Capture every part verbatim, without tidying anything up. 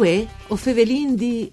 Uè, o Fevelin di...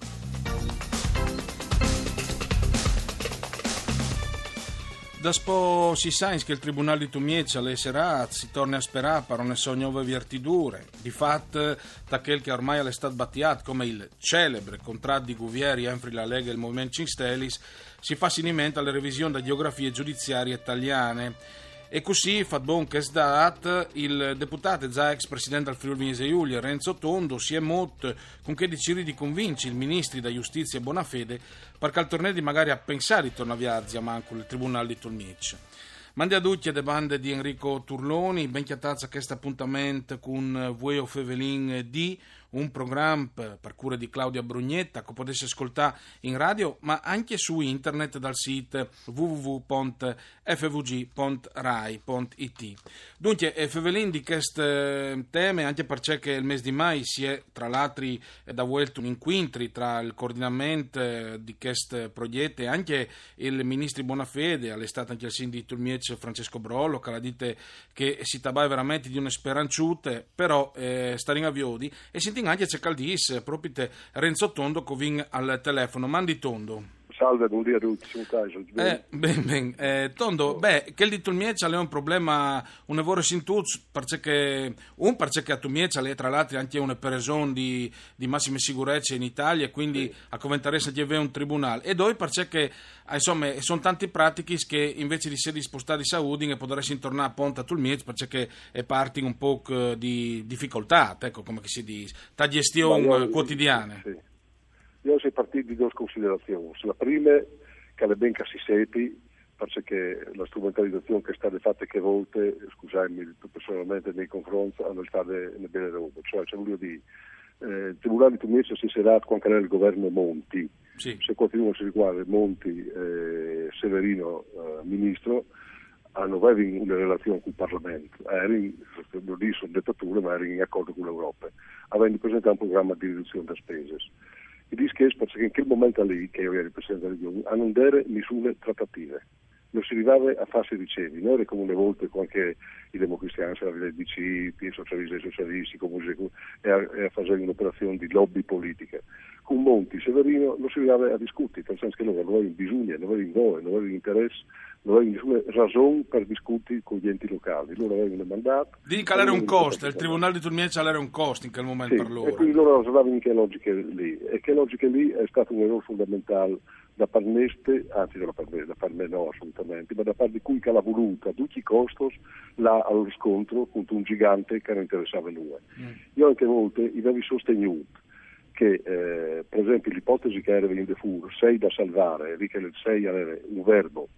Da spo si sa che il Tribunale di Tumiezza le Serat si torna a sperare per non so nuove vertidure. Di fatto, da quel che ormai è stato battiato come il celebre contratto di Guvieri entro la Lega e il Movimento cinque Stelle, si fa sinimento alle revisioni da geografie giudiziarie italiane. E così, fa bon che sdat, il deputato e già ex presidente del Friuli Venezia Giulia, Renzo Tondo, si è mot con che decidi di convincere i ministri da giustizia e Bonafede perché al torneo di magari a pensare di tornare a Viarzia manco il Tribunale di Tolmice. Mandi a tutti le bande di Enrico Turloni, ben chiatazza a questo appuntamento con Voi o Fevelin di un programma per cura di Claudia Brugnetta che potesse ascoltare in radio ma anche su internet dal sito w w w punto f v g punto rai punto i t. Dunque, Fevelin di queste teme anche perché il mese di mai si è tra l'altro da vuelto un incontri tra il coordinamento di questo progetto e anche il ministro Bonafede, all'estate anche il sindaco di Tolmice Francesco Brollo che ha detto che si tabai veramente di una speranciute però eh, stare in aviodi e si anche c'è Caldis, proprio te Renzo Tondo che viene al telefono. Mandi Tondo. Salve, buon dia a tutti, sono caso. Eh, ben, ben. Eh, Tondo, beh, che di Tolmiece è un problema, un lavoro sin tutti, perché un perché a Tolmiece è tra l'altro anche una persona di, di massima sicurezza in Italia e quindi sì. A commentare se c'è un tribunale e due perché insomma sono tanti pratici che invece di essere spostati a Udine potrebbero tornare a Ponta a Tolmiece perché è parte un po' di difficoltà, ecco come si dice, da gestione io, quotidiana. Sì. Io sono partito di due considerazioni. La prima, che è ben che si sepi, perché la strumentalizzazione che è stata fatta che volte, scusatemi personalmente nei confronti, hanno stato le belle robe. Cioè, cioè voglio dire, eh, il Tribunale di Tumiezza si sarà quando era il governo Monti. Sì. Se qualcuno si riguarda Monti, eh, Severino, eh, ministro, hanno avuto una relazione con il Parlamento, erano, non dico sono dettature, ma erano in accordo con l'Europa, avendo presentato un programma di riduzione delle spese. I dischi è perché in quel momento lì, che io ero il Presidente della Regione, a non dare misure trattative. Non si arrivava a farsi ricevi, non era come una volta con anche i democristiani, il D C, i socialisti e i socialisti, e a, a fare un'operazione di lobby politica. Con Monti, Severino, non si arrivava a discutere, nel senso che loro non avevano bisogno, non avevano voglia, non avevano interesse, non avevano nessuna ragione per discutere con gli enti locali. Loro avevano mandato. Dici che era un costo, il Tribunale di Tolmiece era un costo in quel momento sì, per loro. E quindi loro usavano in che logica lì, e che logica lì è stato un errore fondamentale da parte Neste, anzi da parte, da parte me no assolutamente, ma da parte di cui che l'ha voluta a tutti i costi là allo scontro contro un gigante che non interessava a lui. Mm. Io anche volte i avevi sostenuto che eh, per esempio l'ipotesi che era in De Fur, sei da salvare, lì che il sei era un verbo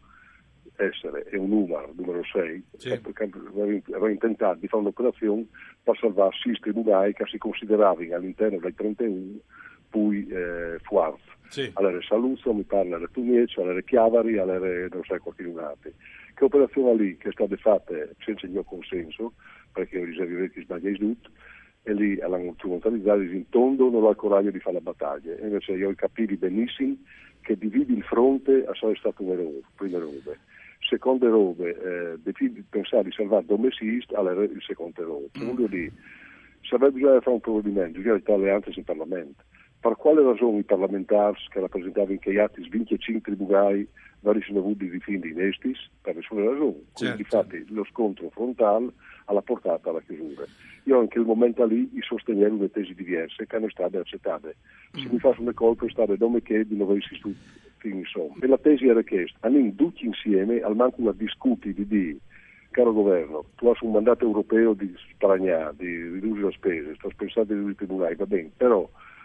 essere e un numero, numero sei, sì. Perché aveva intentato di fare un'operazione per salvare sei tribunali che si consideravano all'interno dei trentuno poi eh, fuarzi. Sì. Allora Saluzzo, mi parla di Tumiece, allora Chiavari, allora non sai qualcuno altro. Che operazione lì che è stata fatta senza il mio consenso, perché io riservo che sbagliai tutto, e lì l'hanno strumentalizzato in Tondo non ha il coraggio di fare la battaglia. E invece io capivi benissimo che dividi il fronte a essere stato una roba, prime robe. Seconde robe, eh, devi pensare di salvare dove si ist, allora il secondo robe. Mm. Voglio dire, se avrebbe bisogno di fare un provvedimento, bisogna fare alleanze in Parlamento. Per quale ragione i parlamentari che rappresentavano in Chiaiatis venticinque tribunali non sono avuti di fin di Nestis? Per nessuna ragione. Quindi, certo. Infatti, lo scontro frontale alla portata alla chiusura. Io anche il momento lì i sostenevo le tesi diverse che hanno state accettate. Se mm. mi faccio una colpa è stato nome che di non avessi studiato insomma. E la tesi era questa, hanno tutti insieme, al manco la discuti di dire, caro governo, tu hai un mandato europeo di sparagnare, di ridurre le spese, sto pensando di ridurre i tribunali, va bene, però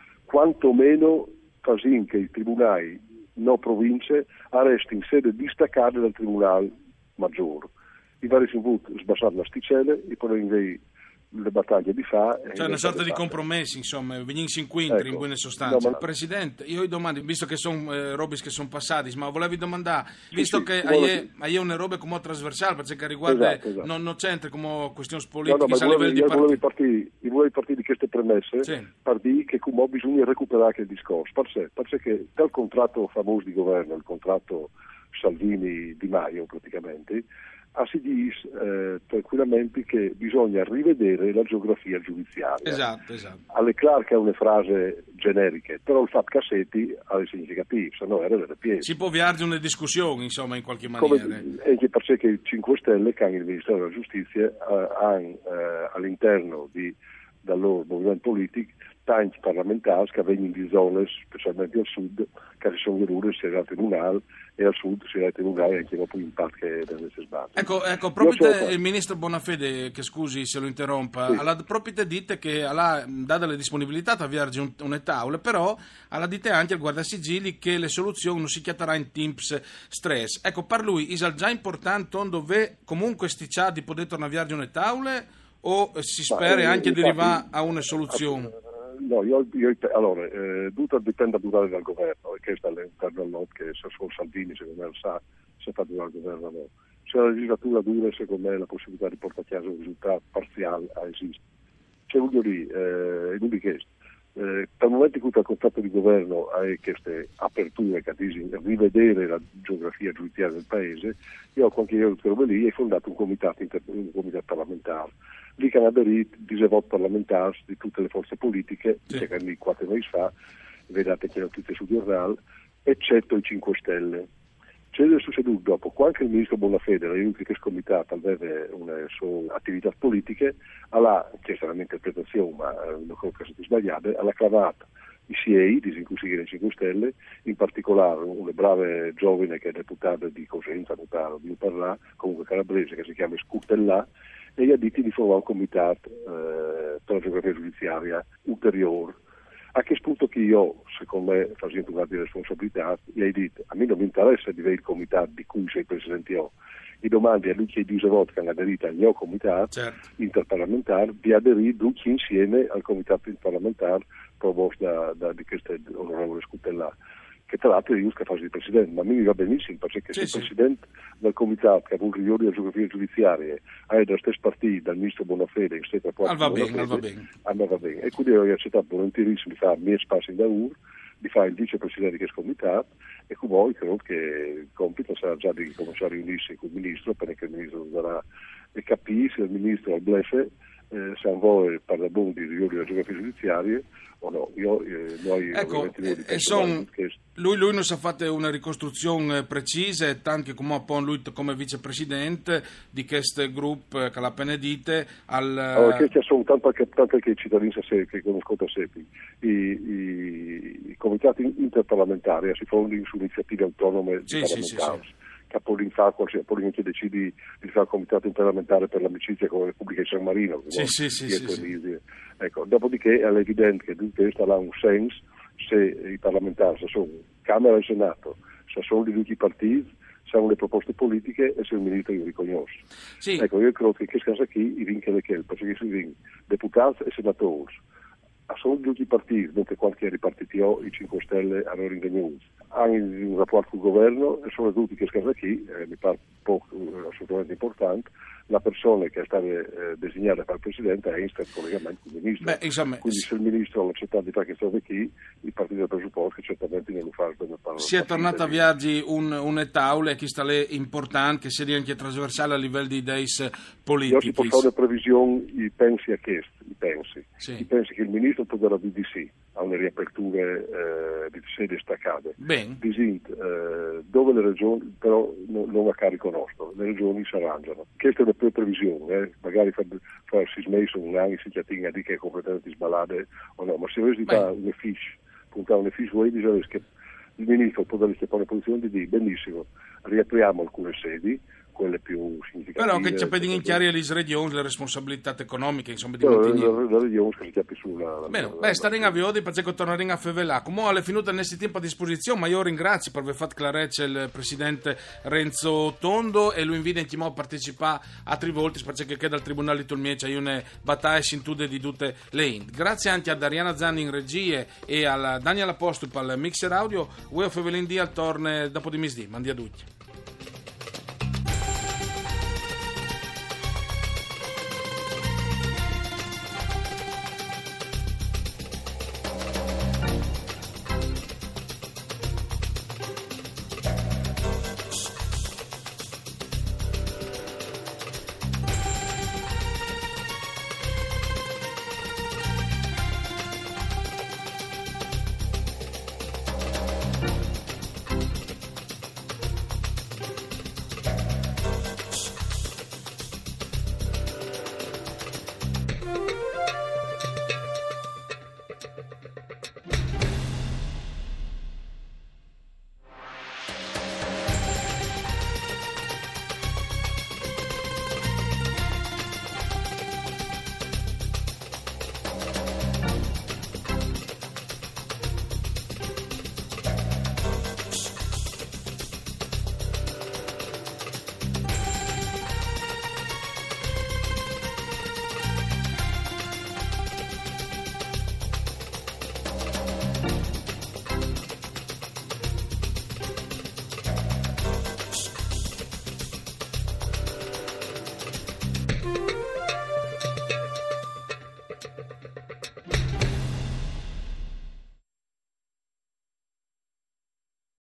quantomeno così che i tribunali no province arresti in sede distaccata dal tribunale maggiore. I vari si sono sbassati l'asticella e poi invece le battaglie di fa. Cioè una sorta di compromessi, insomma, venirsi incontri ecco. In buona sostanza. No, ma... Presidente, io vi domando, visto che sono eh, robe che sono passate, ma volevi domandare, visto sì, che sì, hai, hai una roba come trasversale, perché riguarda, esatto, esatto. Non, non c'entra come questioni politiche no, no, a livello di partito. Partire, volevi partire di queste premesse, sì. Per dire che come bisogna recuperare il discorso, perché, perché dal contratto famoso di governo, il contratto Salvini-Di Maio praticamente, si dice eh, tranquillamente che bisogna rivedere la geografia giudiziaria. Esatto, esatto. Alle Clark è una frase generiche, però il fatto Cassetti ha dei significativi, se no era delle piede. Si può avviare una discussione, insomma, in qualche maniera. Come, anche perché i cinque Stelle, che hanno il Ministero della Giustizia, eh, hanno eh, all'interno di, del loro movimento politico tanti parlamentari che vengono di zone, specialmente al sud, che si sono venute si è in un'al e al sud si è in un'al e anche dopo in parte che deve essere sbagliato. Ecco, ecco, proprio te, il ministro Bonafede, che scusi se lo interrompa, sì. alla, proprio te dite che alla, data la disponibilità di avviarci un, una tavola, però alla dite anche al guardasigilli che le soluzioni non si chiaterà in teams stress. Ecco, per lui è già importante dove comunque sticcià di poter tornare a avviarci una tavola o si spera Ma, anche eh, di arrivare a una soluzione? No, io, io allora, eh, tutto dipende dal dal governo, e questo è all'interno del Nord, che se solo Salvini, secondo me, lo sa, se fa durare il governo o no. Se la legislatura dura, secondo me, la possibilità di portare a casa un risultato parziale esiste. C'è voglio dire, eh, e quindi questo. Eh, per il momento in cui il contratto di governo ha queste aperture che dicono rivedere la geografia giudiziaria del paese, io qualche giorno che ero lì e ho fondato un comitato, inter- un comitato parlamentare. Lì che hanno aderito diciotto voti parlamentari di tutte le forze politiche, sì. Che hanno quattro mesi fa, vedete che erano tutte su giornale, eccetto i cinque Stelle. C'è succeduto dopo, quando il ministro Bonafede, l'aiuto che scomitato, aveva una sue attività politiche, alla, che sarà un'interpretazione, ma non credo che sia sbagliata, alla clavata i C I A, disinclusivi dei cinque Stelle, in particolare una brava giovane che è deputata di Cosenza, notare, di Parlà, comunque calabrese, che si chiama Scutellà, e gli ha detto di formare un comitato eh, per la geografia giudiziaria ulteriore. A che spunto che io, secondo me, facendo una di responsabilità, gli hai detto, a me non mi interessa di avere il comitato di cui sei presidente io. I domandi a lui che due volte che hanno aderito al mio comitato certo. interparlamentare, di aderire tutti insieme al comitato interparlamentare proposto da, da di questo onorevole Scutellà, che tra l'altro io che faccio il presidente, ma a me mi va benissimo perché sì, se il sì. presidente del comitato che ha voluto riordinare la geografia giudiziaria è dello stesso partito dal ministro Bonafede, eccetera, ah, va bene, va bene. A me va bene. E quindi ho accettato volentierissimo di fare miei spazi da U R, di fare il vicepresidente di questo comitato e con voi credo che il compito sarà già di cominciare a riunirsi con il ministro perché il ministro darà e capire se il ministro al blefe eh, se voi parla buon di riordinare la geografia giudiziaria o no. Io, eh, noi ecco, e son, lui, lui non si è fatto una ricostruzione precisa e tanto come appunto lui come vicepresidente di questo gruppo che l'ha appena dite al... Allora, questi sono tanto che, tanto che i cittadini che conoscono da sempre i, i, i comitati interparlamentari si fondano su iniziative autonome sì, parlamentari sì, sì, sì. che Polin fa, Polin che decidi di fare il comitato interparlamentare per l'amicizia con la Repubblica di San Marino sì, no? sì, sì, sì, sì. Ecco, dopodiché è evidente che tutto questo ha un senso se i parlamentari se sono Camera e Senato, se sono di tutti i partiti, se hanno le proposte politiche e se il ministro li riconosce. Sì. Ecco, io credo che in questo caso qui i vincono che perché si vincono deputati e senatori. Sono tutti i partiti, non che qualche ripartiti i cinque Stelle hanno rinvenuto. Hanno un rapporto con il governo e sono tutti che scaso qui, eh, mi pare poco, eh, assolutamente importante, la persona che è stata eh, designata per il Presidente è in stretto collegamento con il Ministro. Beh, insomma, quindi se il Ministro ha accettato di fare questa qui, il partito del presupposto certamente non lo fa. Si è tornato a viaggi un, un'etaula che sta lì importante, che sia anche trasversale a livello di idee politiche. Io si può fare una previsione, i pensi a questo, i pensi. Sì. I pensi che il Ministro potrà dire di sì a una riapertura eh, di sedi staccate. Disint, eh, dove le regioni, però non, non a carico nostro, le regioni si arrangiano. Questa è una pre- previsione, eh. magari fra, fra sei mesi o un anno si chiatinga di che è completamente sballate o no, ma se avessi fare un fiche, puntare un fiche, vuoi dire che il Ministro potrà fare una posizione di dire benissimo, riapriamo alcune sedi, quelle più significative. Però che c'è per in chiari le regioni, le responsabilità economiche, insomma, di mantenere. La regione che si chiappi sulla... Bene, beh, stare in avviodi perché tornare a Fevelà. Comunque, alle finute nel tempo a disposizione, ma io ringrazio per aver fatto clarecce il presidente Renzo Tondo e lo invito in a partecipare a tre volte perché che dal Tribunale di Tolmie c'è una battaglia sintude di tutte le int. Grazie anche a Dariana Zanni in regie e a Daniela Postup al mixer audio. Voi a Fevelin di al torne dopo di misdì. Mandi a tutti.